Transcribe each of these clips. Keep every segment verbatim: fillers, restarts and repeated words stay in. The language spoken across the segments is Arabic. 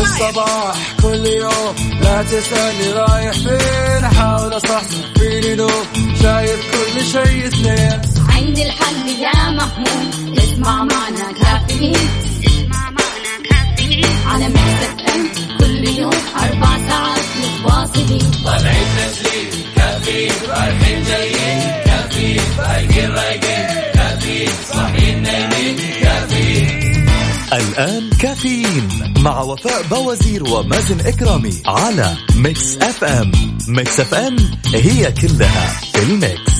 الصباح كل يوم لا تسألني رايح فين، أحاول أصحصح فيني نوم شايف كل شيء اثنين. عندي الحل يا محمود، اسمع معنا كافيين، اسمع معنا كافيين على ميكس اف ام كل يوم أربع ساعات متواصلين. طالعين تسليم كافيين، رايحين جايين كافيين، رايقين رايقين كافيين، صاحيين نايمين كافيين. الآن كافيين مع وفاء بوازير ومازن إكرامي على ميكس اف ام. ميكس اف ام هي كلها في الميكس.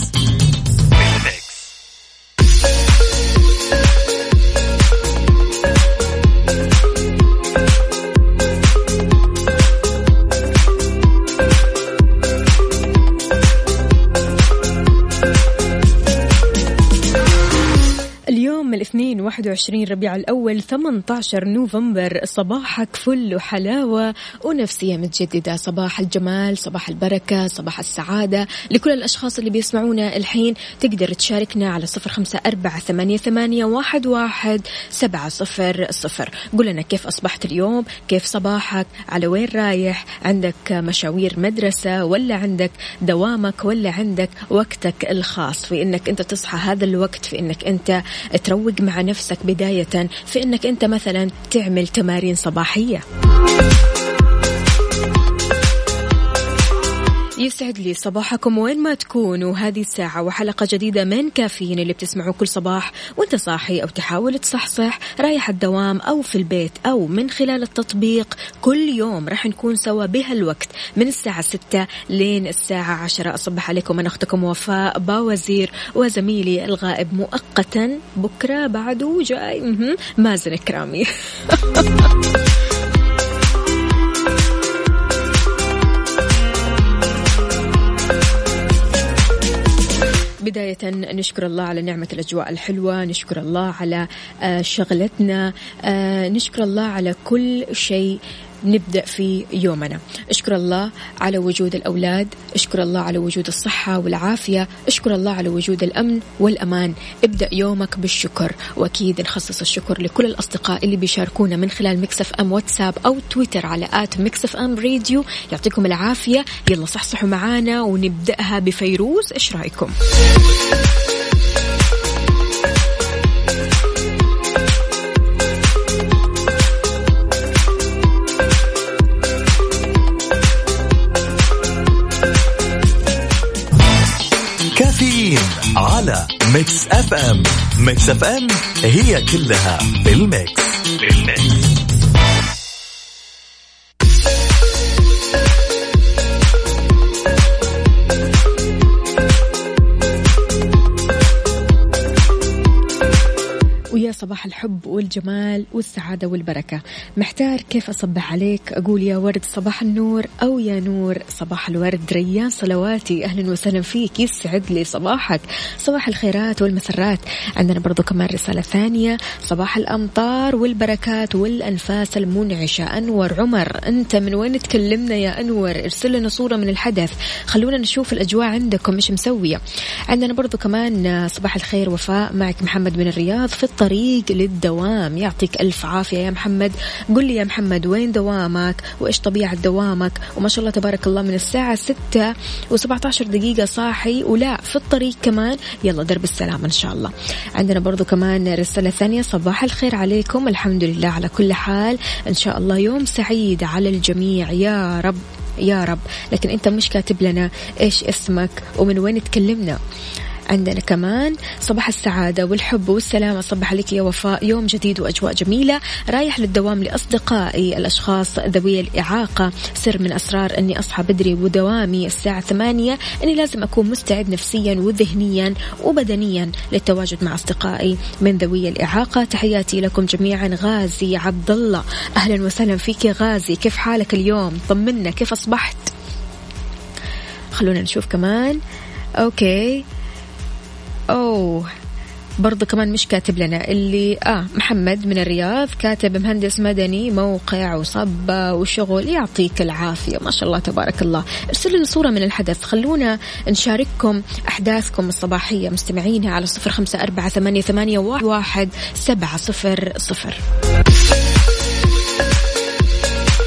الاثنين واحد وعشرين ربيع الأول ثمانية عشر نوفمبر. صباحك فل وحلاوة ونفسية متجددة، صباح الجمال، صباح البركة، صباح السعادة لكل الأشخاص اللي بيسمعونا الحين. تقدر تشاركنا على صفر خمسة أربعة ثمانية ثمانية واحد واحد سبعة صفر صفر. قول لنا كيف أصبحت اليوم، كيف صباحك، على وين رايح، عندك مشاوير مدرسة ولا عندك دوامك ولا عندك وقتك الخاص في إنك أنت تصحى هذا الوقت، في إنك أنت تروق مع نفسك بداية، في إنك أنت مثلا تعمل تمارين صباحية. يسعد لي صباحكم وين ما تكونوا. هذه الساعة وحلقة جديدة من كافيين اللي بتسمعوا كل صباح وانت صاحي أو تحاول تصحصح، رايح الدوام أو في البيت أو من خلال التطبيق. كل يوم راح نكون سوا بهالوقت من الساعة ستة لين الساعة عشرة. أصبح عليكم أنا أختكم وفاء باوزير وزميلي الغائب مؤقتا بكرة بعده جاي مازن إكرامي. بداية نشكر الله على نعمة الأجواء الحلوة، نشكر الله على شغلتنا، نشكر الله على كل شيء نبدأ في يومنا. اشكر الله على وجود الأولاد، اشكر الله على وجود الصحة والعافية، اشكر الله على وجود الأمن والأمان. ابدأ يومك بالشكر، وأكيد نخصص الشكر لكل الأصدقاء اللي بيشاركونا من خلال ميكس اف ام واتساب أو تويتر على آت ميكس اف ام راديو. يعطيكم العافية. يلا صحصحوا معانا ونبدأها بفيروز. ايش رأيكم؟ كافيين على ميكس اف ام. ميكس اف ام هي كلها بالميكس. بالميكس. ويا صباح الحب والجمال والسعادة والبركة. محتار كيف أصبح عليك؟ أقول يا ورد صباح النور أو يا نور صباح الورد. ريان صلواتي أهلا وسهلا فيك، يسعد لي صباحك، صباح الخيرات والمسرات. عندنا برضو كمان رسالة ثانية، صباح الأمطار والبركات والأنفاس المنعشة. أنور عمر، أنت من وين تكلمنا يا أنور؟ ارسل لنا صورة من الحدث، خلونا نشوف الأجواء عندكم مش مسوية. عندنا برضو كمان صباح الخير وفاء، معك محمد من الرياض في الطريق للدوام. يعطيك ألف عافية يا محمد. قل لي يا محمد وين دوامك وإيش طبيعة دوامك؟ وما شاء الله تبارك الله من الساعة ستة وسبعة عشر دقيقة صاحي ولا في الطريق كمان. يلا درب السلام إن شاء الله. عندنا برضو كمان رسالة ثانية، صباح الخير عليكم، الحمد لله على كل حال، إن شاء الله يوم سعيد على الجميع يا رب يا رب. لكن أنت مش كاتب لنا إيش اسمك ومن وين تكلمنا. عندنا كمان صباح السعادة والحب والسلامة، صباح عليك يا وفاء، يوم جديد وأجواء جميلة، رايح للدوام لأصدقائي الأشخاص ذوي الإعاقة. سر من أسرار أني أصحى بدري ودوامي الساعة ثمانية أني لازم أكون مستعد نفسيا وذهنيا وبدنيا للتواجد مع أصدقائي من ذوي الإعاقة. تحياتي لكم جميعا. غازي عبد الله، أهلا وسهلا فيك يا غازي، كيف حالك اليوم؟ طمنا كيف أصبحت؟ خلونا نشوف كمان. أوكي أوه برضو كمان مش كاتب لنا اللي آه محمد من الرياض كاتب مهندس مدني موقع وصبة وشغل. يعطيك العافية ما شاء الله تبارك الله. ارسل لنا صورة من الحدث، خلونا نشارككم أحداثكم الصباحية مستمعينها على صفر خمسة أربعة ثمانية ثمانية واحد سبعة صفر صفر.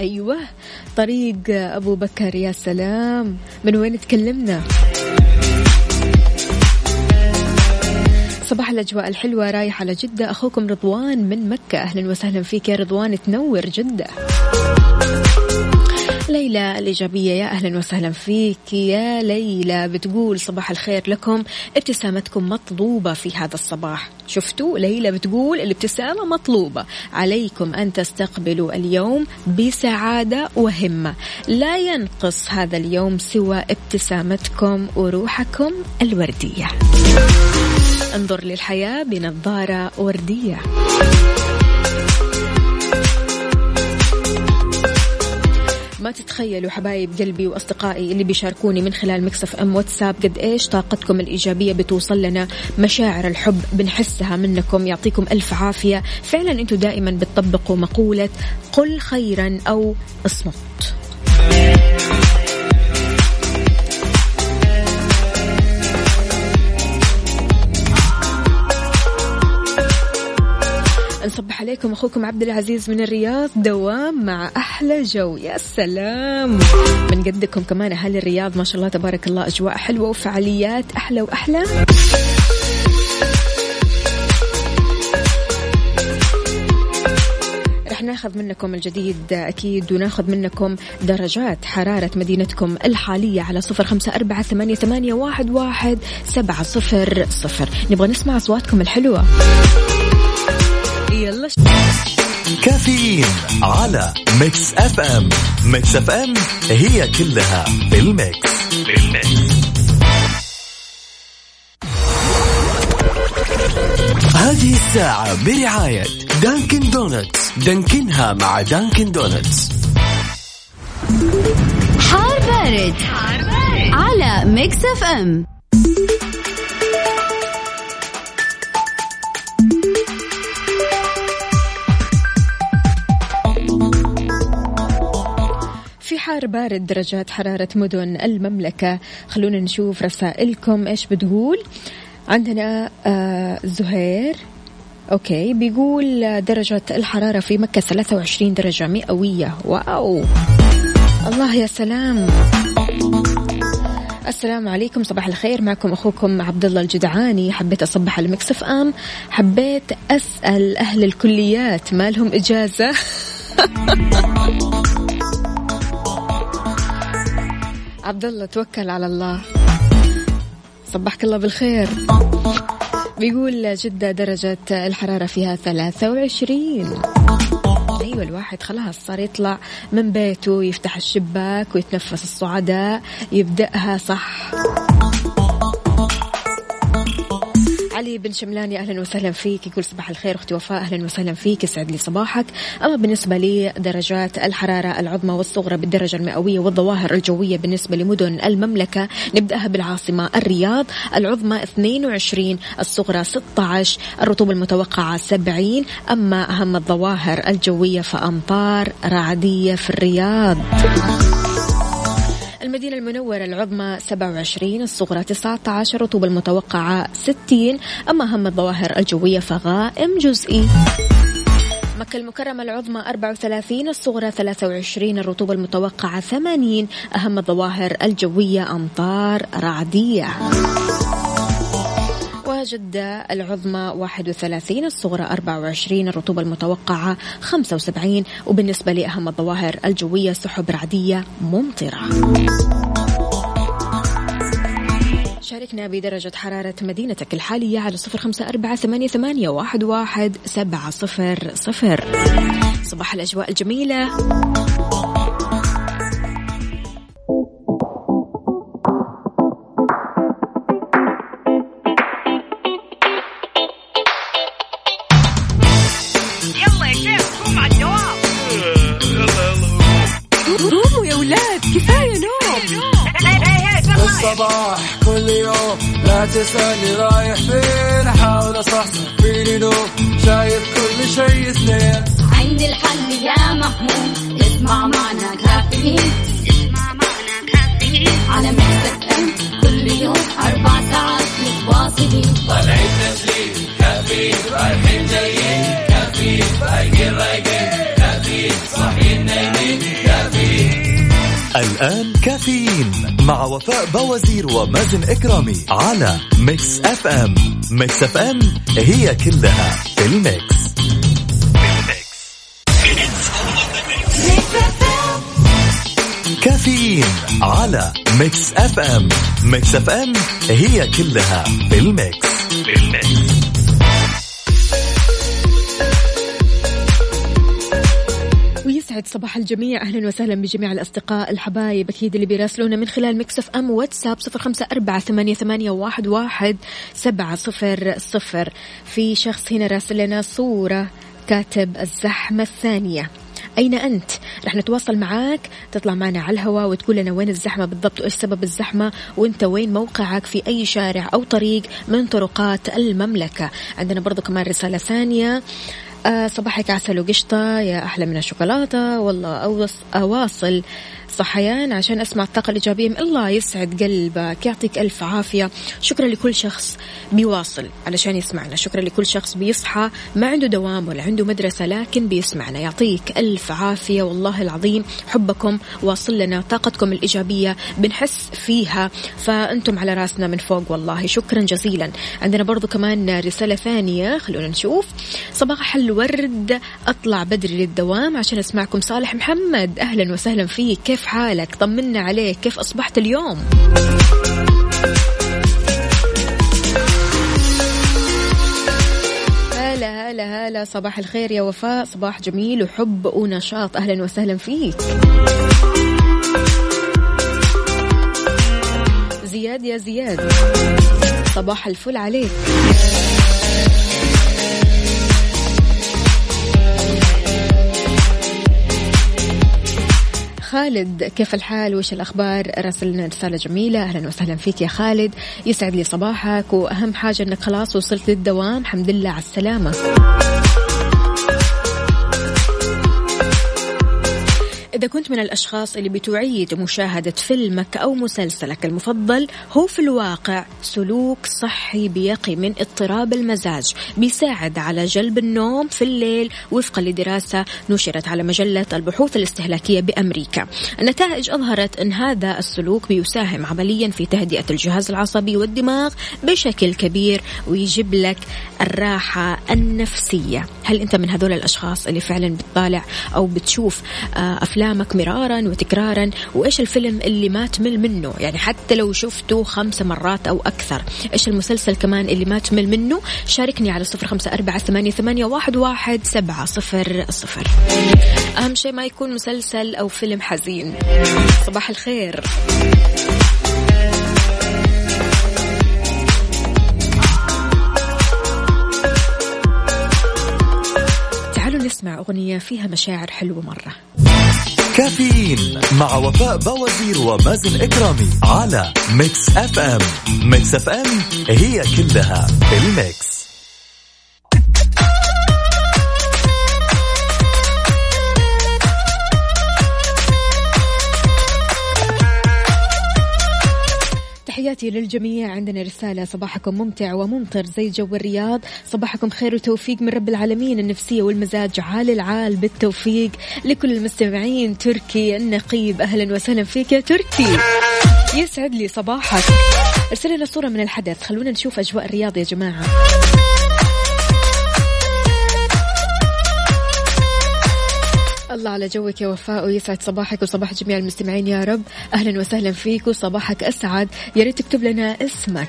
أيوة طريق أبو بكر. يا سلام، من وين تكلمنا؟ صباح الأجواء الحلوة رايح على جدة، أخوكم رضوان من مكة. أهلا وسهلا فيك يا رضوان، تنور جدة. ليلى الإيجابية، يا أهلا وسهلا فيك يا ليلى، بتقول صباح الخير لكم، ابتسامتكم مطلوبة في هذا الصباح. شفتوا ليلى بتقول الابتسامة مطلوبة، عليكم أن تستقبلوا اليوم بسعادة وهمة، لا ينقص هذا اليوم سوى ابتسامتكم وروحكم الوردية. انظر للحياة بنظارة وردية. ما تتخيلوا حبايب قلبي وأصدقائي اللي بيشاركوني من خلال ميكس اف ام واتساب قد إيش طاقتكم الإيجابية بتوصل لنا، مشاعر الحب بنحسها منكم، يعطيكم ألف عافية. فعلا أنتوا دائما بتطبقوا مقولة قل خيرا أو اصمت. نصبح عليكم أخوكم عبد العزيز من الرياض، دوام مع أحلى جو. يا سلام، من قدكم كمان أهل الرياض، ما شاء الله تبارك الله، أجواء حلوة وفعاليات أحلى وأحلى. رح ناخذ منكم الجديد أكيد، وناخذ منكم درجات حرارة مدينتكم الحالية على صفر خمسة أربعة ثمانية ثمانية واحد واحد سبعة صفر صفر. نبغى نسمع أصواتكم الحلوة. يلا كافيين على ميكس اف ام. ميكس اف ام هي كلها بالميكس. بالميكس. هذه الساعة برعاية دانكن دونتس، دانكنها مع دانكن دونتس. حار بارد, حار بارد على ميكس اف ام. في حار بارد درجات حرارة مدن المملكة. خلونا نشوف رسائلكم إيش بتقول. عندنا آه زهير أوكي بيقول درجة الحرارة في مكة ثلاثة وعشرين درجة مئوية. واو الله يا سلام. السلام عليكم، صباح الخير، معكم أخوكم عبد الله الجدعاني. حبيت أصبح على ميكس اف ام، حبيت أسأل أهل الكليات ما لهم إجازة. عبد الله توكل على الله، صبحك الله بالخير. بيقول جدة درجة الحرارة فيها ثلاثة وعشرين. أيوة الواحد خلاص صار يطلع من بيته يفتح الشباك ويتنفس الصعداء يبدأها صح. علي بن شملاني أهلا وسهلا فيك، يقول صباح الخير أختي وفاء، أهلا وسهلا فيك، يسعد لي صباحك. أما بالنسبة لي درجات الحرارة العظمى والصغرى بالدرجة المئوية والظواهر الجوية بالنسبة لمدن المملكة، نبدأها بالعاصمة الرياض، العظمى اثنين وعشرين، الصغرى ستة عشر، الرطوبة المتوقعة سبعين. أما أهم الظواهر الجوية فأمطار رعدية في الرياض. المدينة المنورة العظمى سبعة وعشرين، الصغرى تسعة عشر، الرطوبة المتوقعة ستين. أما أهم الظواهر الجوية فغائم جزئي. مكة المكرمة العظمى أربعة وثلاثين، الصغرى ثلاثة وعشرين، الرطوبة المتوقعة ثمانين. أهم الظواهر الجوية أمطار رعدية. وجدة العظمى واحد وثلاثين، الصغرى أربعة وعشرين، الرطوبة المتوقعة خمسة وسبعين. وبالنسبة لأهم الظواهر الجوية سحب رعدية ممطرة. شاركنا بدرجة حرارة مدينتك الحالية على صفر خمسة أربعة ثمانية ثمانية واحد واحد سبعة صفر صفر. صباح الأجواء الجميلة. الصباح كل يوم لا تسألني رايح فين، أحاول أصحصح فيني نوم، شايف كل شيء اثنين. عندي الحل يا محمود، اسمع معنا كافيين، اسمع معنا كافيين على ميكس اف ام، كل يوم أربع ساعات متواصلين. طالعين تسليم كافيين، رايحين جايين كافيين، رايقين رايقين كافيين، صاحيين نايمين الآن كافيين مع وفاء بوازير ومازن إكرامي على ميكس أف أم. ميكس أف أم هي كلها في الميكس. كافيين على ميكس أف أم. ميكس أف أم هي كلها في الميكس. في الميكس. ويسعد صباح الجميع. أهلا وسهلا بجميع الأصدقاء الحبايب أكيد اللي بيراسلونا من خلال ميكس أف أم واتساب صفر خمسة أربعة ثمانية ثمانية واحد واحد سبعة صفر صفر. في شخص هنا راسل لنا صورة كاتب الزحمة الثانية. أين أنت؟ رح نتواصل معاك، تطلع معنا على الهواء وتقول لنا وين الزحمة بالضبط وإيش سبب الزحمة وإنت وين موقعك في أي شارع أو طريق من طرقات المملكة. عندنا برضو كمان رسالة ثانية. آه صباحك عسل وقشطة يا أحلى من الشوكولاتة، والله أوص أواصل صحيان عشان أسمع الطاقة الإيجابية. الله يسعد قلبك، يعطيك ألف عافية. شكرا لكل شخص بيواصل علشان يسمعنا، شكرا لكل شخص بيصحى ما عنده دوام ولا عنده مدرسة لكن بيسمعنا، يعطيك ألف عافية. والله العظيم حبكم واصل لنا، طاقتكم الإيجابية بنحس فيها، فأنتم على راسنا من فوق والله، شكرا جزيلا. عندنا برضو كمان رسالة ثانية، خلونا نشوف. صباح الورد، أطلع بدري للدوام عشان أسمعكم. صالح محمد أهلا وسهلا فيك، كيف حالك؟ طمنا عليك، كيف أصبحت اليوم؟ هلا هلا هلا، صباح الخير يا وفاء، صباح جميل وحب ونشاط، أهلا وسهلا فيك. زياد يا زياد، صباح الفل عليك. خالد كيف الحال وش الأخبار؟ راسلنا رسالة جميلة، أهلا وسهلا فيك يا خالد، يسعد لي صباحك، وأهم حاجة أنك خلاص وصلت للدوام، الحمد لله على السلامة. إذا كنت من الأشخاص اللي بتعيد مشاهدة فيلمك أو مسلسلك المفضل، هو في الواقع سلوك صحي بيقي من اضطراب المزاج، بيساعد على جلب النوم في الليل وفقا لدراسة نشرت على مجلة البحوث الاستهلاكية بأمريكا. النتائج أظهرت أن هذا السلوك بيساهم عمليا في تهدئة الجهاز العصبي والدماغ بشكل كبير ويجيب لك الراحة النفسية. هل أنت من هذول الأشخاص اللي فعلا بتطالع أو بتشوف أفلام مرارا وتكرارا؟ وإيش الفيلم اللي ما تمل منه، يعني حتى لو شفته خمس مرات أو أكثر؟ إيش المسلسل كمان اللي ما تمل منه؟ شاركني على صفر خمسة أربعة ثمانية ثمانية واحد واحد سبعة صفر صفر. أهم شيء ما يكون مسلسل أو فيلم حزين. صباح الخير. تعالوا نسمع أغنية فيها مشاعر حلوة مرة. كافيين مع وفاء بوازير ومازن إكرامي على ميكس أف أم. ميكس أف أم هي كلها الميكس. تحياتي للجميع. عندنا رسالة: صباحكم ممتع وممطر زي جو الرياض، صباحكم خير وتوفيق من رب العالمين، النفسية والمزاج عال العال بالتوفيق لكل المستمعين. تركي النقيب أهلا وسهلا فيك يا تركي، يسعد لي صباحك. ارسل لنا صورة من الحدث، خلونا نشوف أجواء الرياض يا جماعة. الله على جوك يا وفاء، ويسعد صباحك وصباح جميع المستمعين يا رب. أهلا وسهلا فيك وصباحك أسعد. يا ريت تكتب لنا اسمك.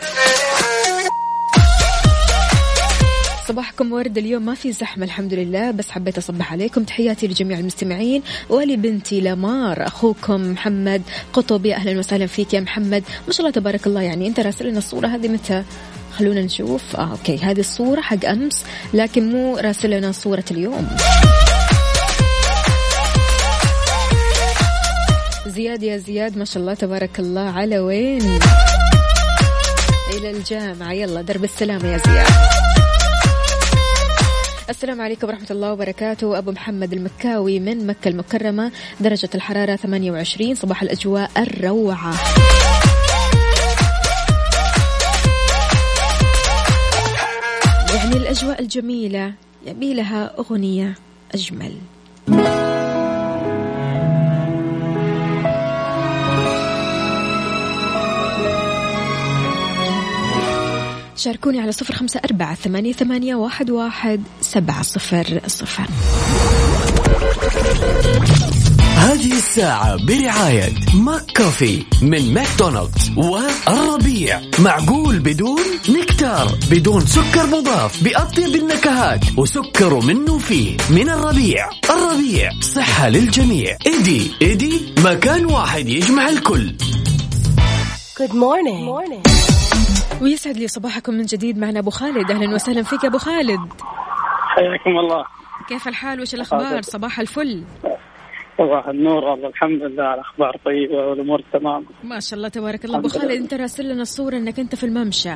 صباحكم ورد، اليوم ما في زحمة الحمد لله، بس حبيت أصبح عليكم. تحياتي لجميع المستمعين ولبنتي لمار. أخوكم محمد قطبي أهلا وسهلا فيك يا محمد. ما شاء الله تبارك الله، يعني أنت راسل لنا الصورة هذه متى؟ خلونا نشوف. آه أوكي، هذه الصورة حق أمس لكن مو راسل لنا صورة اليوم. زياد يا زياد ما شاء الله تبارك الله، على وين؟ إلى الجامعة، يلا درب السلامة يا زياد. السلام عليكم ورحمة الله وبركاته. أبو محمد المكاوي من مكة المكرمة، درجة الحرارة ثمانية وعشرين، صباح الأجواء الروعة. يعني الأجواء الجميلة يبي لها أغنية أجمل. تشاركوني على صفر خمسة أربعة ثمانية ثمانية واحد واحد سبعة صفر صفر. هذه الساعة برعاية ماك كوفي من ماكدونالدز والربيع. معقول بدون نكتار، بدون سكر مضاف، بأطيب النكهات وسكر منه فيه. من الربيع. الربيع صحة للجميع. إيدي إيدي مكان واحد يجمع الكل. Good morning. morning. ويسعد لي صباحكم من جديد. معنا أبو خالد. أهلا وسهلا فيك أبو خالد. حياكم الله. كيف الحال وش الأخبار؟ صباح الفل. صباح النور. والله الحمد لله، الأخبار طيبة والأمور تمام ما شاء الله تبارك الله. أبو خالد أنت راسل لنا الصورة أنك أنت في الممشى.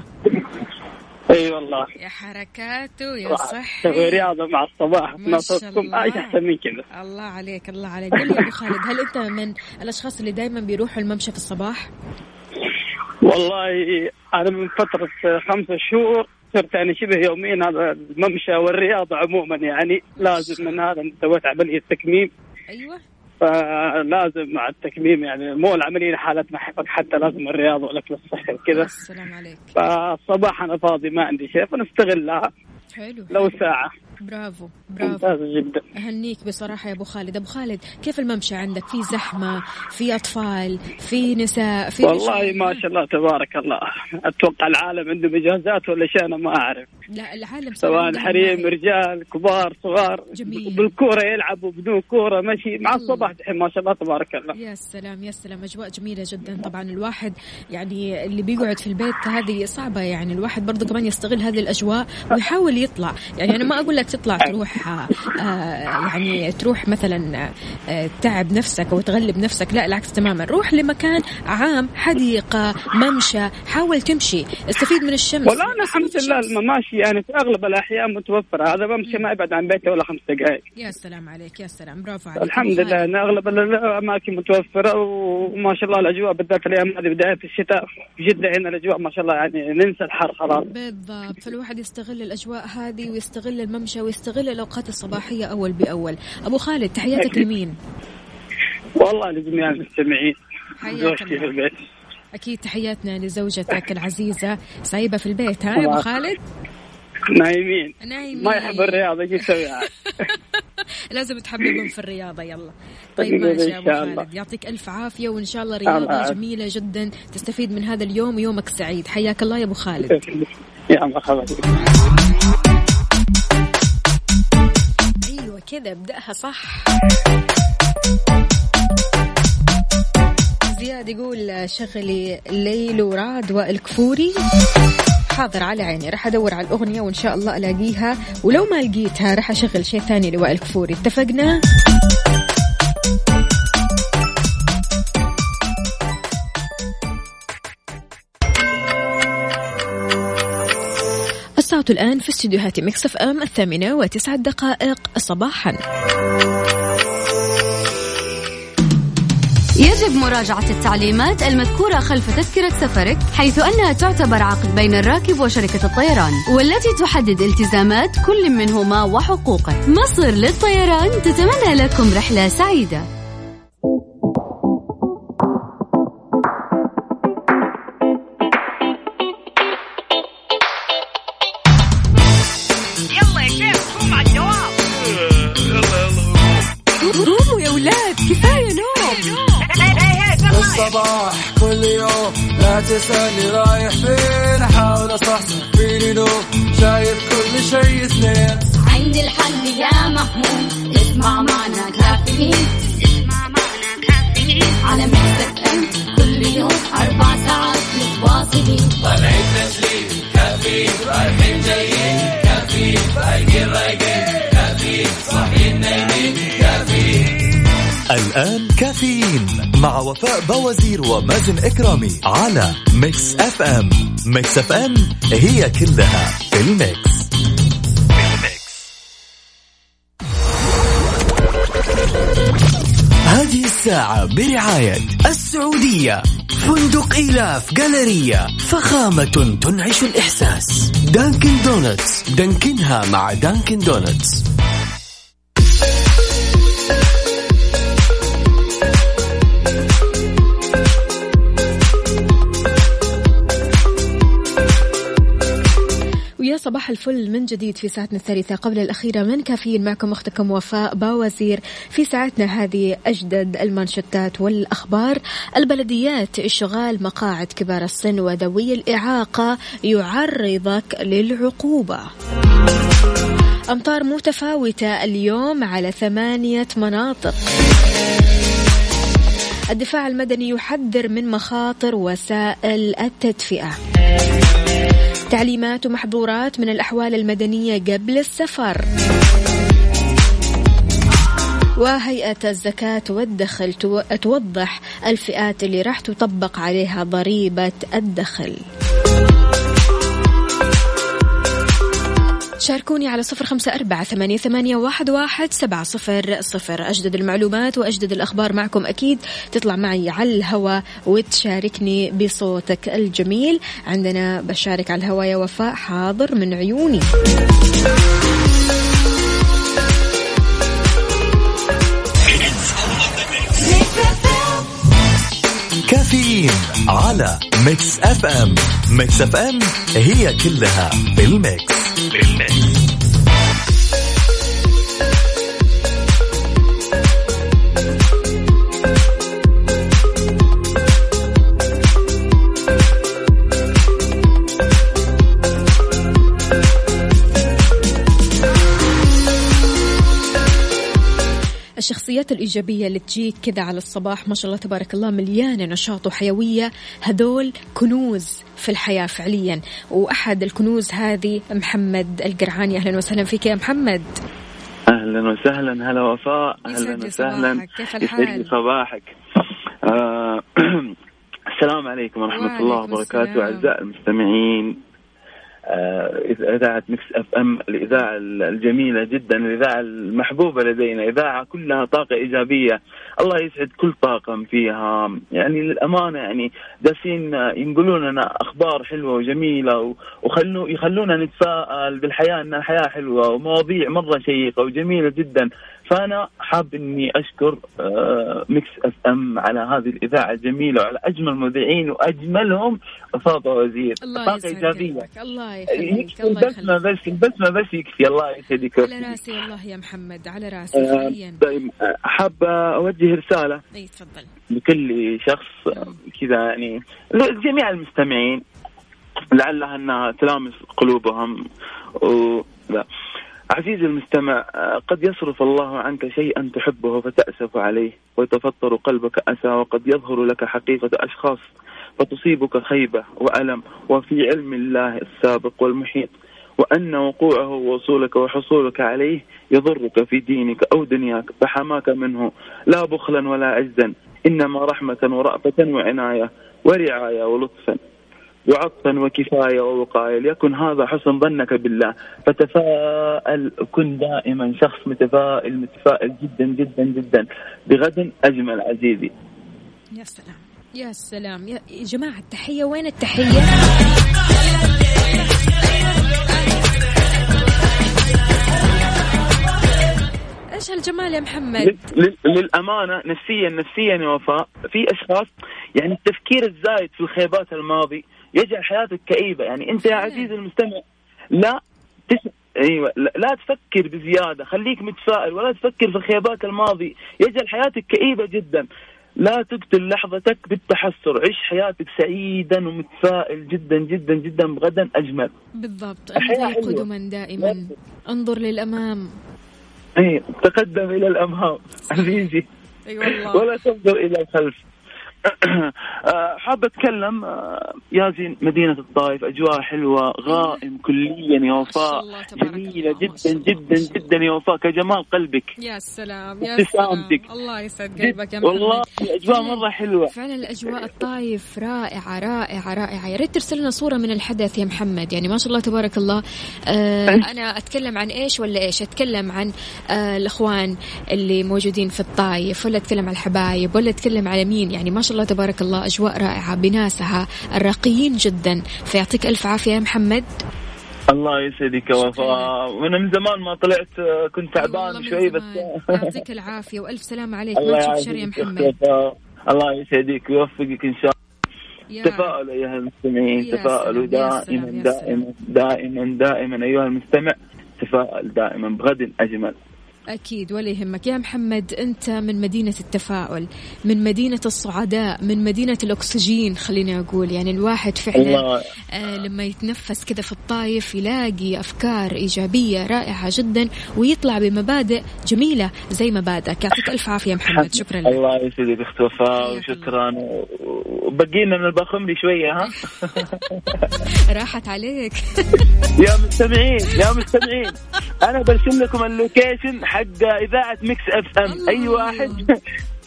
اي والله يا حركاته يا صحي. تسوي رياضة مع الصباح نصكم ايش احسن من كذا. الله عليك الله عليك. قل لي يا ابو خالد، هل انت من الاشخاص اللي دائما بيروحوا الممشى في الصباح؟ والله انا من فترة خمسة شهور صرت يعني شبه يوميا هذا الممشى والرياضة عموما، يعني لازم. من هذا سويت عملية تكميم. ايوه فلازم مع التكميم يعني مو العملية حالتنا حتى لازم الرياضة والأكل الصحي وكذا. السلام عليك. فالصباح أنا فاضي ما عندي شيء فنستغلها. حلو. لو ساعة. برافو برافو. ممتاز جدا. أهنيك بصراحة يا أبو خالد. أبو خالد كيف الممشى عندك؟ في زحمة، في أطفال، في نساء، في والله رجال. ما شاء الله تبارك الله. أتوقع العالم عنده إجازات ولا شيء أنا ما أعرف. لا العالم سواء حريم رجال كبار صغار. جميل. بالكورة يلعبوا بدون كورة مشي مع الصباح ما شاء الله تبارك الله. يا سلام يا سلام. أجواء جميلة جدا. طبعا الواحد يعني اللي بيقعد في البيت هذه صعبة، يعني الواحد برضو كمان يستغل هذه الأجواء ويحاول يطلع. يعني أنا ما أقول لك تطلع تروح آه يعني تروح مثلا آه تعب نفسك أو تغلب نفسك، لا العكس تماما. روح لمكان عام، حديقة، ممشى، حاول تمشي، استفيد من الشمس. والله أنا الحمد لله المماشي يعني في أغلب الأحيان متوفرة. هذا بمشي ما يبعد عن بيتي ولا خمس دقائق. يا سلام عليك يا سلام. برافو عليك. الحمد لله أن أغلب الأماكن متوفرة وما شاء الله الأجواء بالذات الأيام هذه بداية الشتاء جدا هنا الأجواء ما شاء الله يعني ننسى الحر خلاص. بالضبط. فالواحد يستغل الأجواء هذه ويستغل الممشى ويستغل الأوقات الصباحية أول بأول. أبو خالد تحياتك لمين؟ والله لجميع المستمعين. حياك الله. في البيت. أكيد تحياتنا لزوجتك العزيزة سايبة في البيت. ها يا أبو خالد؟ نايمين. نايمين. ما يحب الرياضة ايش يسويها؟ لازم تحببهم في الرياضة. يلا طيب ماشي يا أبو خالد، يعطيك ألف عافية وإن شاء الله رياضة جميلة جدا تستفيد من هذا اليوم ويومك سعيد. حياك الله يا أبو خالد. يا مرحبا. أيوة كذا ابدأها صح. زياد يقول شغلي ليل ورعد والكفوري. حاضر على عيني، رح أدور على الأغنية وإن شاء الله ألاقيها، ولو ما لقيتها رح أشغل شيء ثاني لوائل الكفوري. اتفقنا؟ الساعة الآن في استديوهات ميكس اف ام الثامنة وتسعة دقائق صباحا. يجب مراجعة التعليمات المذكورة خلف تذكرة سفرك، حيث أنها تعتبر عقد بين الراكب وشركة الطيران، والتي تحدد التزامات كل منهما وحقوقه. مصر للطيران تتمنى لكم رحلة سعيدة. يلا يا شيخ قوم على الجواب. قوموا يا ولاد كفاية نوم. الصباح كل يوم لا تسألني رايح فين، أحاول أصحصح فيني نوم شايف كل شيء اثنين. عندي الحل يا محمود، اسمع معنا كافيين، اسمع معنا كافيين على ميكس اف ام كل يوم أربع ساعات متواصلين. طالعين تسليم كافيين، رايحين جايين كافيين، فايقين رايقين كافيين، صاحيين نايمين كافيين. الآن كافيين مع وفاء بوازير ومازن إكرامي على ميكس اف ام. ميكس اف ام هي كلها في الميكس. هذه الساعة برعاية السعودية، فندق إيلاف جالرية، فخامة تنعش الإحساس. دانكن دونتس، دانكنها مع دانكن دونتس. صباح الفل من جديد في ساعتنا الثالثة قبل الأخيرة من كافيين. معكم أختكم وفاء باوزير. في ساعتنا هذه أجدد المانشتات والأخبار. البلديات إشغال مقاعد كبار السن وذوي الإعاقة يعرضك للعقوبة. أمطار متفاوتة اليوم على ثمانية مناطق. الدفاع المدني يحذر من مخاطر وسائل التدفئة. تعليمات ومحظورات من الأحوال المدنية قبل السفر. وهيئة الزكاة والدخل توضح الفئات اللي راح تطبق عليها ضريبة الدخل. شاركوني على صفر خمسة أربعة ثمانية ثمانية واحد واحد سبعة صفر صفر. أجدد المعلومات وأجدد الأخبار معكم أكيد. تطلع معي على الهواء وتشاركني بصوتك الجميل. عندنا بشارك على الهواء يا وفاء. حاضر من عيوني. كافيين على ميكس اف ام. ميكس اف ام هي كلها بالميكس. بالميكس. الشخصيات الإيجابية اللي تجيك كذا على الصباح ما شاء الله تبارك الله مليانة نشاط وحيوية. هذول كنوز في الحياة فعليا. وأحد الكنوز هذه محمد القرعاني. أهلا وسهلا فيك يا محمد. أهلا وسهلا. هلا وفاء. أهلا وسهلا. كيف الحال؟ صباحك. آه السلام عليكم ورحمة الله وبركاته. أعزائي المستمعين إذاعة ميكس أف أم، الإذاعة الجميلة جدا، الإذاعة المحبوبة لدينا، إذاعة كلها طاقة إيجابية. الله يسعد كل طاقم فيها. يعني للأمانة يعني داسين ينقلون لنا أخبار حلوة وجميلة وخلوا يخلونا نتفائل بالحياة، أن الحياة حلوة ومواضيع مرة شيقة وجميلة جدا. فأنا حاب إني أشكر ميكس أف أم على هذه الإذاعة الجميلة وعلى أجمل مذيعين وأجملهم وفاء باوزير. طاقة إيجابية. الله يخليك. الله البسمة بس البسمة بس يكفي. الله يسعدك. على راسي والله يا محمد، على راسي فعليا. طيب حاب أوجه رسالة. أي تفضل. لكل شخص كذا، يعني جميع المستمعين لعلها أنها تلامس قلوبهم. ولا عزيزي المستمع، قد يصرف الله عنك شيئا تحبه فتأسف عليه ويتفطر قلبك أسى، وقد يظهر لك حقيقة أشخاص فتصيبك خيبة وألم، وفي علم الله السابق والمحيط وأن وقوعه ووصولك وحصولك عليه يضرك في دينك أو دنياك، فحماك منه لا بخلا ولا عجزا، إنما رحمة ورأفة وعناية ورعاية ولطفا وعطفا وكفاية ووقاية. ليكن هذا حسن ظنك بالله، فتفائل، كن دائما شخص متفائل متفائل جدا جدا جدا. بغد أجمل عزيزي. يا سلام يا سلام يا جماعة. التحية وين التحية؟ ايش هالجمال يا محمد؟ للأمانة نفسيا نفسيا يا وفاء، في أشخاص يعني التفكير الزايد في الخيبات الماضي يجعل حياتك كئيبة. يعني أنت يا عزيزي المستمع لا تس... أيوة لا, لا تفكر بزيادة، خليك متفائل ولا تفكر في الخيبات الماضي، يجعل حياتك كئيبة جدا. لا تقتل لحظتك بالتحسر، عيش حياتك سعيدا ومتفائل جدا جدا جدا. بغدا أجمل. بالضبط. امضي قدما دائما، انظر للأمام. ايه تقدم إلى الأمام عزيزي. أي والله. ولا تنظر إلى الخلف. حاب أتكلم يا زين. مدينة الطائف أجواء حلوة، غائم كليا يا وفاء، جميلة جدا جدا جدا يا وفاء، كجمال قلبك. يا سلام يا سلام. الله يسعد قلبك يا محمد. والله الأجواء مرة حلوة فعلا. الأجواء الطائف رائعة رائعة رائعة. يا ريت ترسل لنا صورة من الحدث يا محمد. يعني ما شاء الله تبارك الله. آه أنا أتكلم عن إيش ولا إيش؟ أتكلم عن آه الأخوان اللي موجودين في الطائف، ولا أتكلم على الحبايب، ولا أتكلم على مين؟ يعني ما شاء الله تبارك الله أجواء رائعة بناسها الراقيين جدا. فيعطيك ألف عافية يا محمد. الله يسعدك وفاء. وانا من زمان ما طلعت، كنت تعبان شوي بس. يعطيك العافية وألف سلام عليك. ما تشوف شر يا محمد. الله يسعدك ويوفقك إن شاء الله. تفاؤلوا أيها المستمعين، تفاؤلوا دائما دائما دائما دائما أيها المستمع، تفاؤل دائما بغد أجمل. أكيد ولا يهمك يا محمد، أنت من مدينة التفاؤل، من مدينة السعداء، من مدينة الأكسجين. خليني أقول يعني الواحد فعلا آه لما يتنفس كده في الطايف يلاقي أفكار إيجابية رائعة جدا ويطلع بمبادئ جميلة زي مبادئك. يعطيك ألف عافية محمد. شكرا لك. الله يسعدك أخت وفاء وشكرا، وبقينا من البخمري شوية ها. راحت عليك. يا مستمعين يا مستمعين أنا برسم لكم اللوكيشن حق إذاعة ميكس اف ام، أي واحد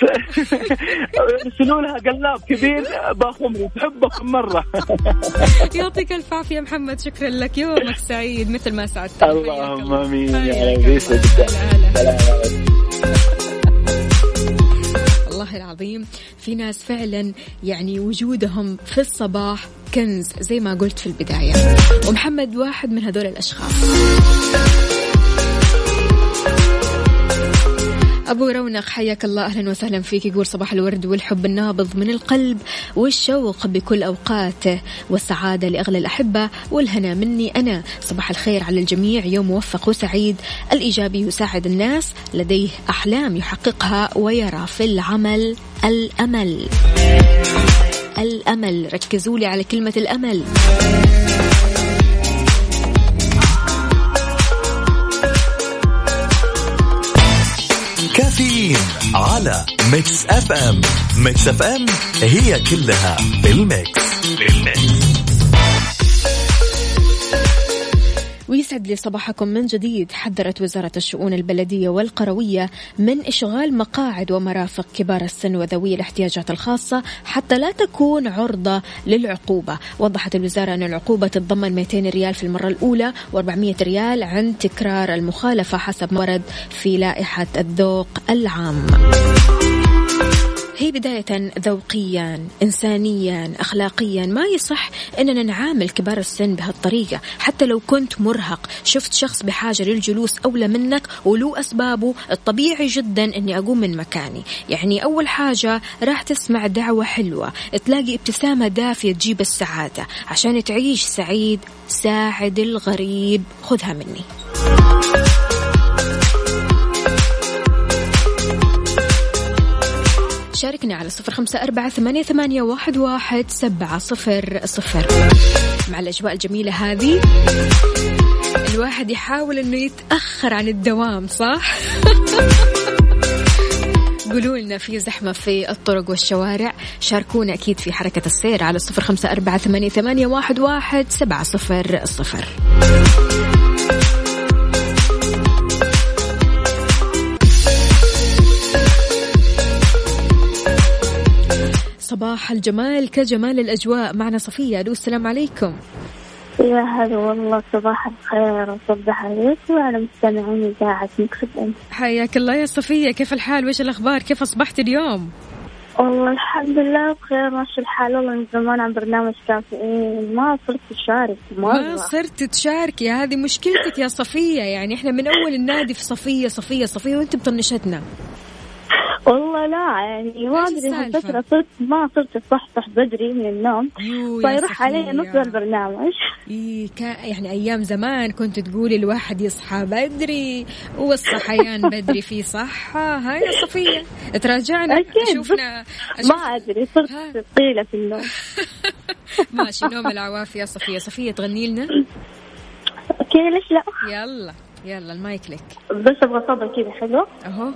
ارسلوا لها قلاب كبير باخمري تحبكم مرة. يعطيك الف عافية محمد، شكرا لك، يومك سعيد مثل ما سعدت. اللهم آمين يا رب. والله العظيم في ناس فعلا يعني وجودهم في الصباح كنز زي ما قلت في البداية، ومحمد واحد من هذول الأشخاص. أبو رونق حياك الله، أهلا وسهلا فيك. يقول صباح الورد والحب النابض من القلب والشوق بكل أوقاته والسعادة لأغلى الأحبة والهنا مني أنا. صباح الخير على الجميع، يوم موفق وسعيد. الإيجابي يساعد الناس، لديه أحلام يحققها ويرى في العمل الأمل. الأمل، ركزوا لي على كلمة الأمل. كافيين على ميكس اف ام. ميكس اف ام هي كلها بالميكس. بالميكس. ويسعد لي صباحكم من جديد. حذرت وزارة الشؤون البلدية والقروية من إشغال مقاعد ومرافق كبار السن وذوي الاحتياجات الخاصة حتى لا تكون عرضة للعقوبة. وضحت الوزارة أن العقوبة تتضمن مئتين ريال في المرة الأولى وأربعمئة ريال عند تكرار المخالفة حسب ما ورد في لائحة الذوق العام. هي بداية ذوقيا إنسانيا أخلاقيا ما يصح أننا نعامل كبار السن بهالطريقة. حتى لو كنت مرهق شفت شخص بحاجة للجلوس أولى منك ولو أسبابه، الطبيعي جدا أني أقوم من مكاني. يعني أول حاجة راح تسمع دعوة حلوة، تلاقي ابتسامة دافية تجيب السعادة. عشان تعيش سعيد ساعد الغريب، خذها مني. شاركني على صفر خمسة أربعة ثمانية ثمانية واحد واحد سبعة صفر صفر. مع الأجواء الجميلة هذه الواحد يحاول أنه يتأخر عن الدوام، صح؟ قولوا لنا في زحمة في الطرق والشوارع، شاركونا أكيد في حركة السير على صفر خمسة أربعة ثمانية ثمانية واحد واحد سبعة صفر صفر. صباح الجمال كجمال الأجواء. معنا صفية. ألو السلام عليكم. يا هلا والله، صباح الخير وصباح عليك وعلى مستمعين إذاعة ميكس اف ام. حياك الله يا صفية، كيف الحال وإيش الأخبار؟ كيف أصبحت اليوم؟ والله الحمد لله بخير ماشي الحال. والله من زمان عن برنامج كافيين ما صرت أشارك. ما صرت تشارك، يا هذه مشكلتك يا صفية. يعني إحنا من أول النادي في صفية صفية صفية وأنت مطنشتنا. والله لا يعني ما أدري هالفترة صرت ما صرت أصحصح بدري من النوم فيروح علي نص البرنامج. إيه يعني أيام زمان كنت تقولي الواحد يصحى بدري والصحيان بدري في صحة. هاي يا صفية تراجعنا شوفنا. ما أدري صرت ثقيلة في النوم. ماشي، نوم العوافي يا صفية. صفية تغني لنا؟ أوكي ليش لا. يلا يلا المايك لك. بس أبغى صوت كذا حلو. أهو.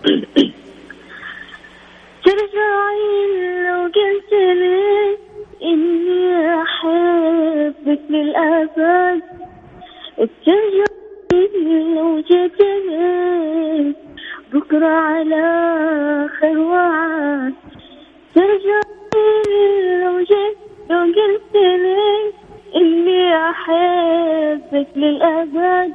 ترجعين لو قلت لي إني أحبك للأبد، ترجعين لو جيت لي بكرة على خير وعد، ترجعين لو جيت لو قلت لي إني أحبك للأبد،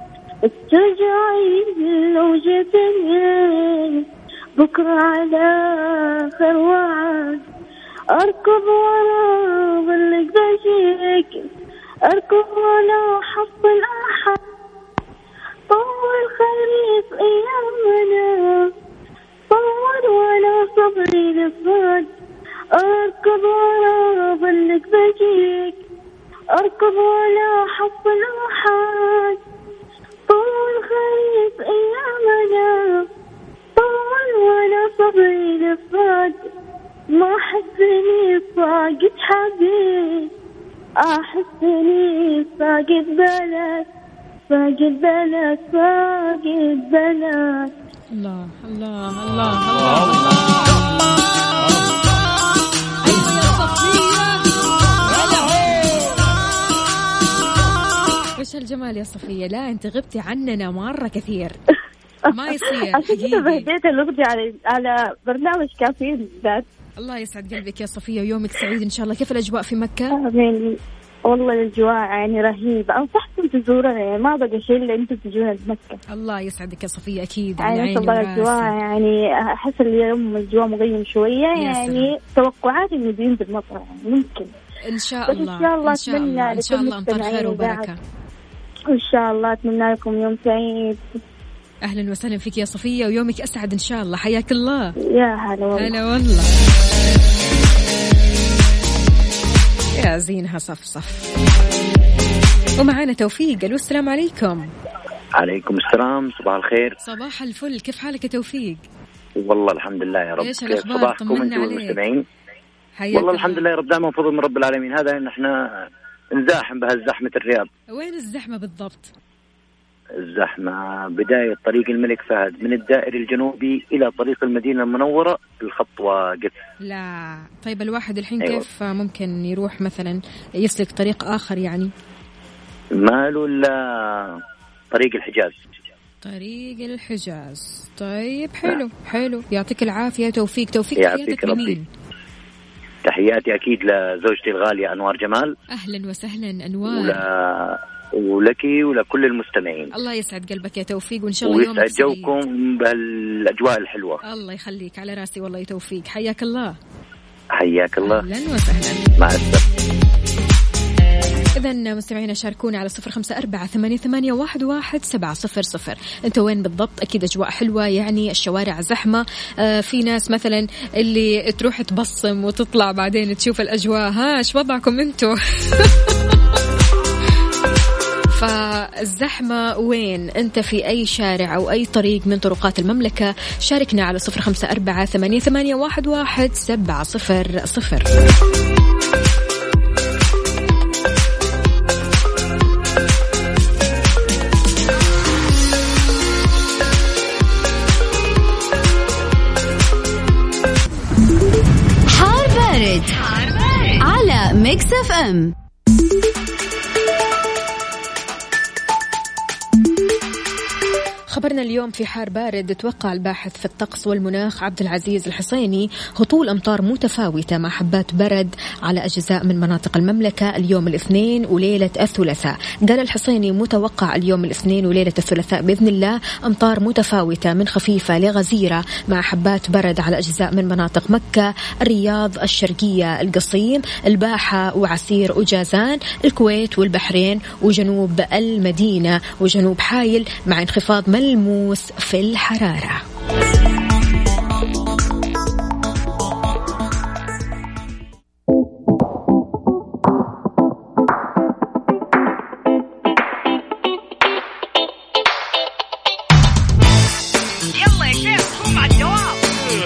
ترجعين لو جيت لي بكرة على خير وعد، أركض ورا ظلك بشيك، أركض ولا حصل أحد، طول خريف أيامنا، طول ولا صبري لفرد، أركض ورا ظلك أركض ولا حصل أحد طول خريف أيامنا طول ولا صبري لفات ما حسني فاقد حبيب أحسني فاقد بلد فاقد بلد فاقد بلد. الله الله الله الله الله. وش الجمال يا صفية. لا أنت غبتي عننا مرة كثير ما يصير. عشان كده بهديت الأغنية على على برنامج كافيين بالذات. الله يسعد قلبك يا صفية ويومك سعيد إن شاء الله. كيف الأجواء في مكة؟ آمين. والله الأجواء يعني رهيبة. أنصحكم تزورونا يعني ما بقى شيء إلا أنتم تجونا بمكة. الله يسعدك يا صفية أكيد. يعني ما شاء الله الأجواء يعني أحس اليوم الجواء مغيم شوية يعني توقعات إنه بينزل مطر يعني ممكن. إن شاء الله. إن شاء الله. إن شاء الله. إن شاء الله أمطار خير وبركة. إن شاء الله. أتمنى لكم يوم سعيد. أهلا وسهلا فيك يا صفية ويومك أسعد إن شاء الله. حياك الله. يا هلا والله. هلا والله يا زينها صفصف. ومعانا توفيق. ألو السلام عليكم. عليكم السلام. صباح الخير. صباح الفل. كيف حالك يا توفيق؟ والله الحمد لله يا رب. ايش الأخبار؟ صباحكم انتم والمستمعين. والله الحمد لله يا رب دائما فضل من رب العالمين. هذا ان احنا نزاحم بهالزحمة الرياض. وين الزحمة بالضبط؟ الزحمة بداية طريق الملك فهد من الدائري الجنوبي إلى طريق المدينة المنورة الخط واقف. لا طيب الواحد الحين أيوة. كيف ممكن يروح مثلا يسلك طريق آخر يعني؟ ماله إلا طريق الحجاز. طريق الحجاز. طيب حلو. نعم. حلو يعطيك العافية توفيق. توفيق يعطيك ربي. تحياتي أكيد لزوجتي الغالية أنوار جمال. أهلا وسهلا أنوار. ولا ولكي ولكل المستمعين. الله يسعد قلبك يا توفيق وإن شاء الله يومك سعيد. ويسعد جوكم بالأجواء الحلوة. الله يخليك على راسي والله يا توفيق. حياك الله. حياك الله. أهلا وسهلا. مع السلامة. إذن مستمعينا شاركونا على صفر خمسة أربعة ثمانية ثمانية واحد واحد سبعة صفر صفر. أنت وين بالضبط؟ أكيد أجواء حلوة يعني الشوارع زحمة. آه في ناس مثلا اللي تروح تبصم وتطلع بعدين تشوف الأجواء. ها إيش وضعكم أنتوا؟ فالزحمة وين؟ أنت في أي شارع أو أي طريق من طرقات المملكة؟ شاركنا على صفر خمسة أربعة ثمانية ثمانية واحد واحد سبعة صفر صفر. حار بارد على ميكس اف ام. خبرنا اليوم في حار بارد. توقع الباحث في الطقس والمناخ عبد العزيز الحصيني هطول أمطار متفاوتة مع حبات برد على أجزاء من مناطق المملكة اليوم الاثنين وليلة الثلاثاء. قال الحصيني متوقع اليوم الاثنين وليلة الثلاثاء بإذن الله أمطار متفاوتة من خفيفة لغزيرة مع حبات برد على أجزاء من مناطق مكة، الرياض، الشرقية، القصيم، الباحة وعسير وجازان، الكويت والبحرين وجنوب المدينة وجنوب حايل مع انخفاض ملموس في الحرارة. يلا يا شيخ قوم على الدوام.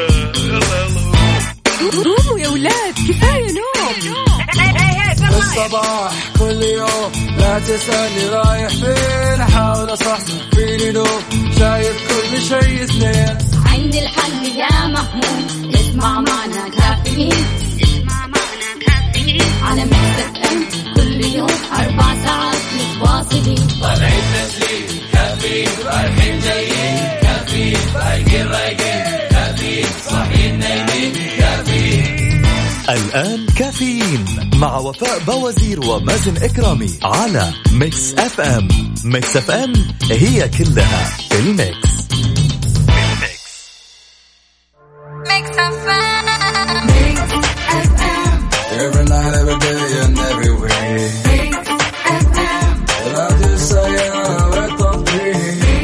قوموا يا ولاد كفاية نوم. الصباح كل يوم لا تسألني رايح فين، أحاول أصحصح فيني نوم شايف كل شيء سنين. عندي الحل يا محمود اسمع معنا كافيين، اسمع معنا كافيين على ميكس اف ام كل يوم أربع ساعات متواصلين. طالعين تسليم كافيين رايحين جايين كافيين رايقين رايقين كافيين صاحيين نايمين كافيين. الآن كافيين مع وفاء بوازير ومازن إكرامي على ميكس اف ام. ميكس اف ام هي كلها في الميكس. ميكس اف ام Every night, every day and everywhere. لا تسيا وتطفيه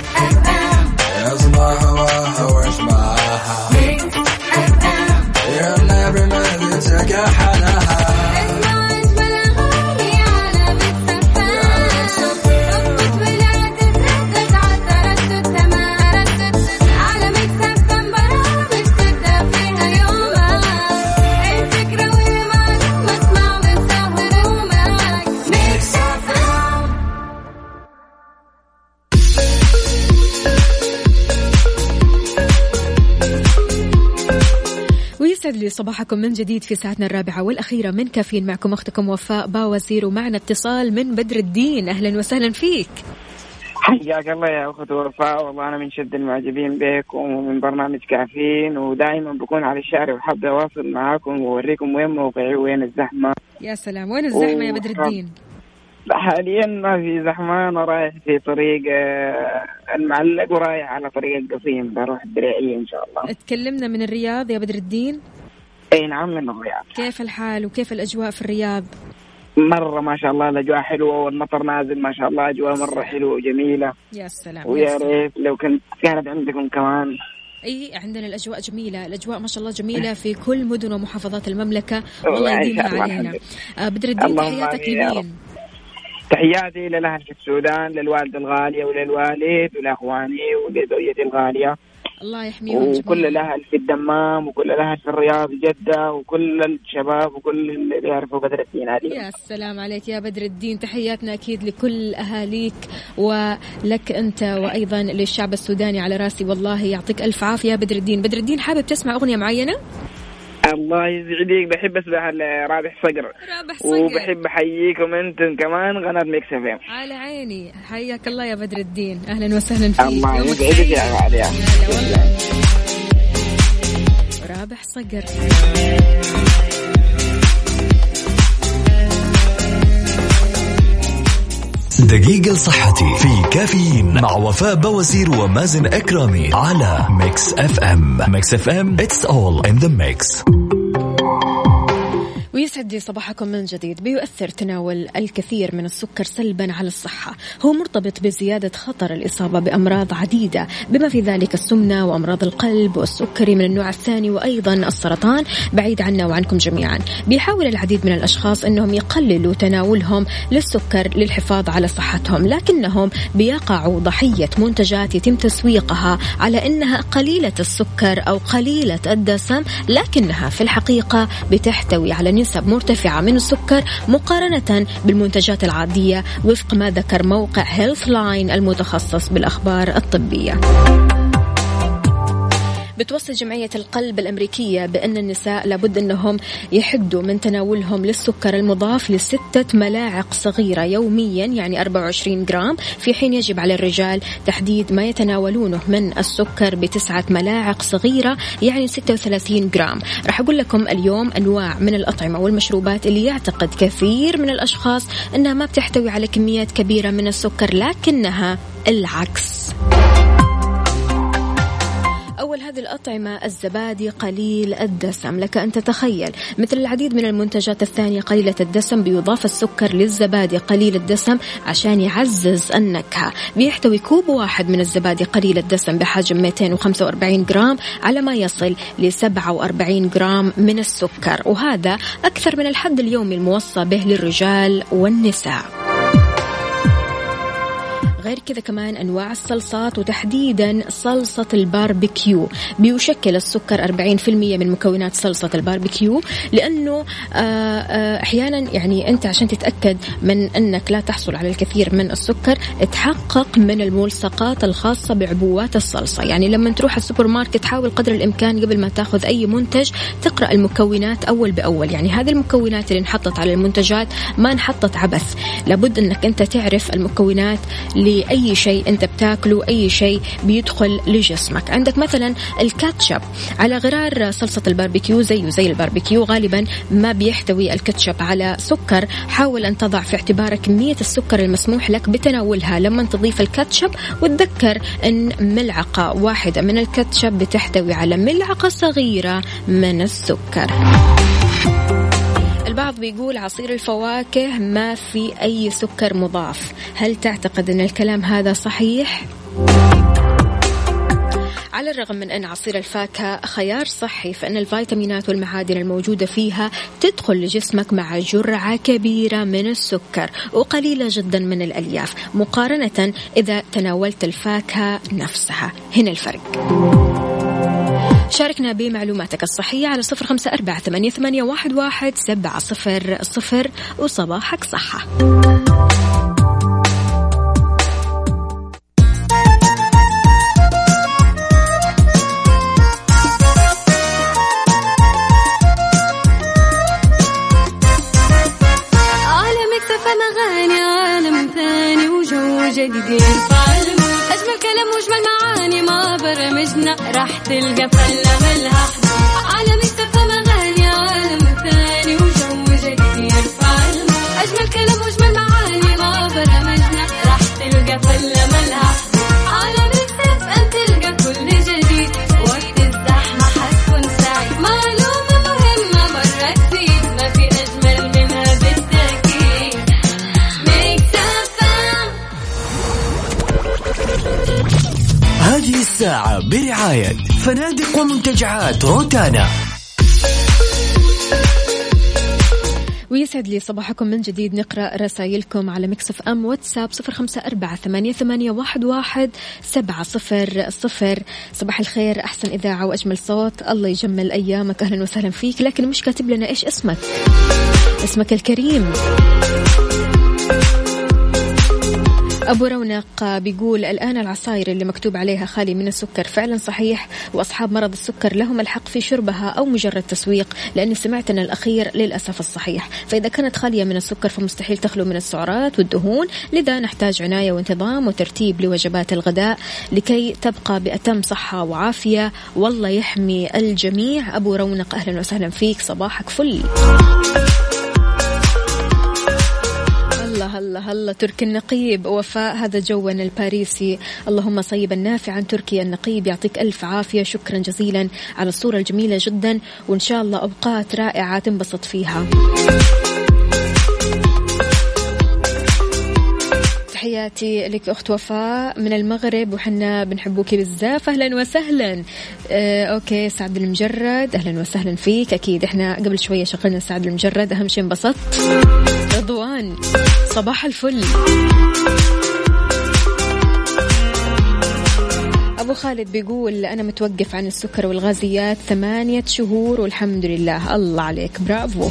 اسمع هواها واسمعها يا النبي ما تسكى حناها. يسعد لي صباحكم من جديد في ساعتنا الرابعة والأخيرة من كافيين. معكم أختكم وفاء باوزير، ومعنا اتصال من بدر الدين. أهلا وسهلا فيك. حياك الله يا أخت وفاء، والله أنا من شد المعجبين بك ومن برنامج كافيين، ودائما بكون على الشارع وحابة أواصل معاكم وأوريكم وين موقعي وين الزحمة. يا سلام، وين الزحمة و... يا بدر الدين؟ حاليا ما في زحمة، أنا رايح في طريق المعلق ورايح على طريق القصيم، بروح الدريعية إن شاء الله. اتكلمنا من الرياض يا بدر الدين. أي نعم من الرياض. كيف الحال وكيف الأجواء في الرياض؟ مرة ما شاء الله الأجواء حلوة والمطر نازل ما شاء الله، أجواء مرة حلوة وجميلة. يا سلام. ويا ريت لو كنت كانت عندكم كمان. اي عندنا الاجواء جميله، الاجواء ما شاء الله جميله في كل مدن ومحافظات المملكه، والله يديمها علينا. بدر الدين تحياتك لمين؟ تحياتي للأهل في السودان، للوالدة الغالية وللوالد ولأخواني ولزوجتي الغالية، الله يحميهم، وكل الأهل في الدمام وكل الأهل في الرياض جدة وكل الشباب وكل اللي يعرفوا بدر الدين هذه. يا سلام عليك يا بدر الدين، تحياتنا أكيد لكل أهاليك ولك أنت وأيضا للشعب السوداني على راسي، والله يعطيك ألف عافية يا بدر الدين. بدر الدين حابب تسمع أغنية معينة؟ الله يسعدك، بحب اسمع رابح صقر. رابح صقر. وبحب احييكم انتم كمان قناة ميكس اف ام. على عيني، حياك الله يا بدر الدين، اهلا وسهلا فيك. الله يسعدك يا غالية. رابح صقر. دقيقة صحتي في كافيين مع وفاء بوزير ومازن إكرامي على ميكس اف ام. ميكس اف ام it's all in the mix. ويسعد صباحكم من جديد. بيؤثر تناول الكثير من السكر سلبا على الصحة، هو مرتبط بزيادة خطر الإصابة بأمراض عديدة بما في ذلك السمنة وأمراض القلب والسكري من النوع الثاني وأيضا السرطان، بعيد عنا وعنكم جميعا. بيحاول العديد من الأشخاص أنهم يقللوا تناولهم للسكر للحفاظ على صحتهم، لكنهم بيقعوا ضحية منتجات يتم تسويقها على أنها قليلة السكر أو قليلة الدسم، لكنها في الحقيقة بتحتوي على نسبة مرتفعة من السكر مقارنة بالمنتجات العادية، وفق ما ذكر موقع هيلث لاين المتخصص بالأخبار الطبية. بتوصل جمعية القلب الأمريكية بأن النساء لابد أنهم يحدوا من تناولهم للسكر المضاف لستة ملاعق صغيرة يوميا، يعني أربعة وعشرين جرام، في حين يجب على الرجال تحديد ما يتناولونه من السكر بتسعة ملاعق صغيرة، يعني ستة وثلاثين جرام. راح أقول لكم اليوم أنواع من الأطعمة والمشروبات اللي يعتقد كثير من الأشخاص أنها ما بتحتوي على كميات كبيرة من السكر، لكنها العكس. أول هذه الأطعمة الزبادي قليل الدسم، لك أن تتخيل مثل العديد من المنتجات الثانية قليلة الدسم بيضاف السكر للزبادي قليل الدسم عشان يعزز النكهة. بيحتوي كوب واحد من الزبادي قليل الدسم بحجم مئتين وخمسة وأربعين جرام على ما يصل ل سبعة وأربعين جرام من السكر، وهذا أكثر من الحد اليومي الموصى به للرجال والنساء. غير كذا كمان أنواع الصلصات وتحديدا صلصة الباربيكيو، بيشكل السكر أربعين بالمئة من مكونات صلصة الباربيكيو، لأنه أحيانا يعني أنت عشان تتأكد من أنك لا تحصل على الكثير من السكر تحقق من الملصقات الخاصة بعبوات الصلصة. يعني لما تروح السوبر ماركت حاول قدر الإمكان قبل ما تأخذ أي منتج تقرأ المكونات أول بأول، يعني هذه المكونات اللي انحطت على المنتجات ما انحطت عبث، لابد أنك أنت تعرف المكونات أي شيء أنت بتاكله، أي شيء بيدخل لجسمك. عندك مثلا الكاتشب على غرار صلصة الباربيكيو، زيه زي الباربيكيو غالبا ما بيحتوي الكاتشب على سكر. حاول أن تضع في اعتبارك كمية السكر المسموح لك بتناولها لما تضيف الكاتشب، وتذكر أن ملعقة واحدة من الكاتشب بتحتوي على ملعقة صغيرة من السكر. البعض بيقول عصير الفواكه ما في أي سكر مضاف، هل تعتقد أن الكلام هذا صحيح؟ على الرغم من أن عصير الفاكهة خيار صحي، فإن الفيتامينات والمعادن الموجودة فيها تدخل لجسمك مع جرعة كبيرة من السكر وقليلة جدا من الألياف مقارنة إذا تناولت الفاكهة نفسها. هنا الفرق. شاركنا بمعلوماتك الصحية على صفر خمسة أربعة ثمانية ثمانية واحد واحد سبعة صفر صفر، وصباحك صحة. برمجنا راح تلقى فلة ملها على ميكس اف ام أغاني عالم ثاني وجو جديد يرفع الموج أجمل كلام وأجمل معاني ما برمجنا راح تلقى فلة ملها على ميكس اف ام تلقى كل جديد وقت الزحمة حتكون سعيد معلومة مهمة مرة كتير ما في أجمل منها بالتأكيد ميكس اف ام. هذه الساعة برعاية فنادق ومنتجعات روتانا. ويسعد لي صباحكم من جديد. نقرأ رسائلكم على ميكس اف ام واتساب صفر خمسة أربعة ثمانية ثمانية واحد واحد سبعة صفر صفر. صباح الخير، أحسن إذاعة وأجمل صوت، الله يجمل أيامك، أهلا وسهلا فيك. لكن مش كاتب لنا إيش اسمك، اسمك الكريم. أبو رونق بيقول الآن العصائر اللي مكتوب عليها خالي من السكر فعلا صحيح، وأصحاب مرض السكر لهم الحق في شربها أو مجرد تسويق، لأني سمعت أن الأخير للأسف الصحيح. فإذا كانت خالية من السكر فمستحيل تخلو من السعرات والدهون، لذا نحتاج عناية وانتظام وترتيب لوجبات الغداء لكي تبقى بأتم صحة وعافية. والله يحمي الجميع. أبو رونق أهلا وسهلا فيك، صباحك فل. هلا هلا هلا تركي النقيب وفاء، هذا جونا الباريسي. اللهم صيبا نافعا تركي النقيب، يعطيك ألف عافية، شكرا جزيلا على الصورة الجميلة جدا، وإن شاء الله أوقات رائعة تنبسط فيها. تحياتي لك أخت وفاء من المغرب، وحنا بنحبوك بزاف، أهلا وسهلا. آه، أوكي سعد المجرد أهلا وسهلا فيك. أكيد إحنا قبل شوية شغلنا سعد المجرد، أهم شيء انبسطت. رضوان صباح الفل. أبو خالد بيقول أنا متوقف عن السكر والغازيات ثمانية شهور والحمد لله. الله عليك، برافو.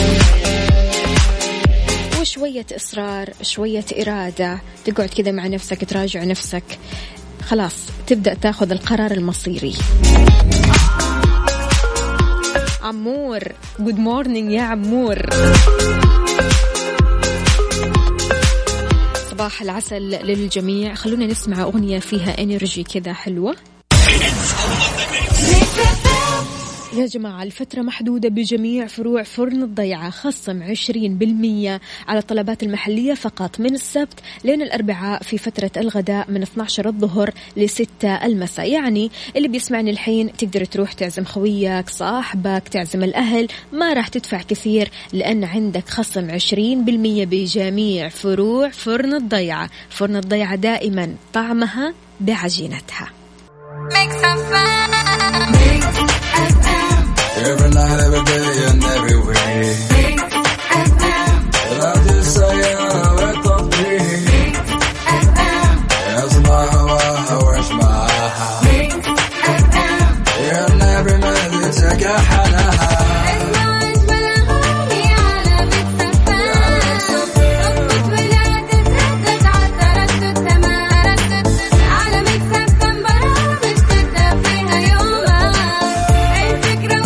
وشوية إصرار، شوية إرادة، تقعد كذا مع نفسك تراجع نفسك، خلاص تبدأ تاخذ القرار المصيري. عمور good morning يا عمور. صباح العسل للجميع. خلونا نسمع أغنية فيها انرجي كذا حلوة. يا جماعة الفترة محدودة بجميع فروع فرن الضيعة، خصم عشرين بالمية على الطلبات المحلية فقط من السبت لين الأربعاء في فترة الغداء من اثني عشر الظهر لستة المساء. يعني اللي بيسمعني الحين تقدر تروح تعزم خويك صاحبك، تعزم الأهل، ما راح تدفع كثير لأن عندك خصم عشرين بالمية بجميع فروع فرن الضيعة. فرن الضيعة دائما طعمها بعجينتها. Every night, every day, and every way. Mix F M. لا تنسى وتطبيق. Mix F M. اسمعها وهوش معاها. Mix F M. يا النبي ما تنسى حالها. اسمع أجمل أغاني على Mix F M. اضبط ولا تتردد على التردد تمام. على Mix F M برامج تبدأ فيها يومك. الفكرة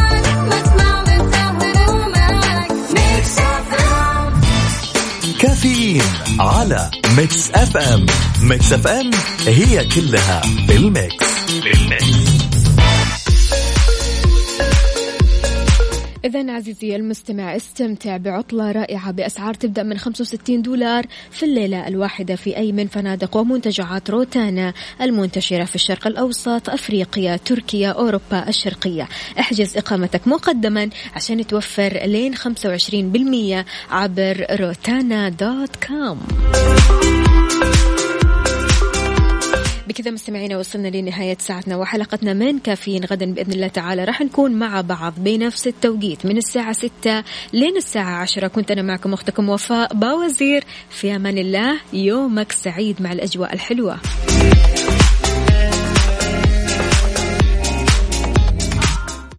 كافيين على ميكس اف ام. ميكس اف ام هي كلها بالميكس. بالميكس. إذن عزيزي المستمع استمتع بعطلة رائعة بأسعار تبدأ من خمسة وستين دولار في الليلة الواحدة في أي من فنادق ومنتجعات روتانا المنتشرة في الشرق الأوسط، أفريقيا، تركيا، أوروبا الشرقية. احجز إقامتك مقدما عشان توفر لين خمسة وعشرين بالمية عبر روتانا دوت كوم. بكذا مستمعينا وصلنا لنهاية ساعتنا وحلقتنا من كافيين. غدا بإذن الله تعالى راح نكون مع بعض بنفس التوقيت من الساعة ستة لين الساعة عشرة. كنت أنا معكم أختكم وفاء باوزير، في أمان الله، يومك سعيد مع الأجواء الحلوة.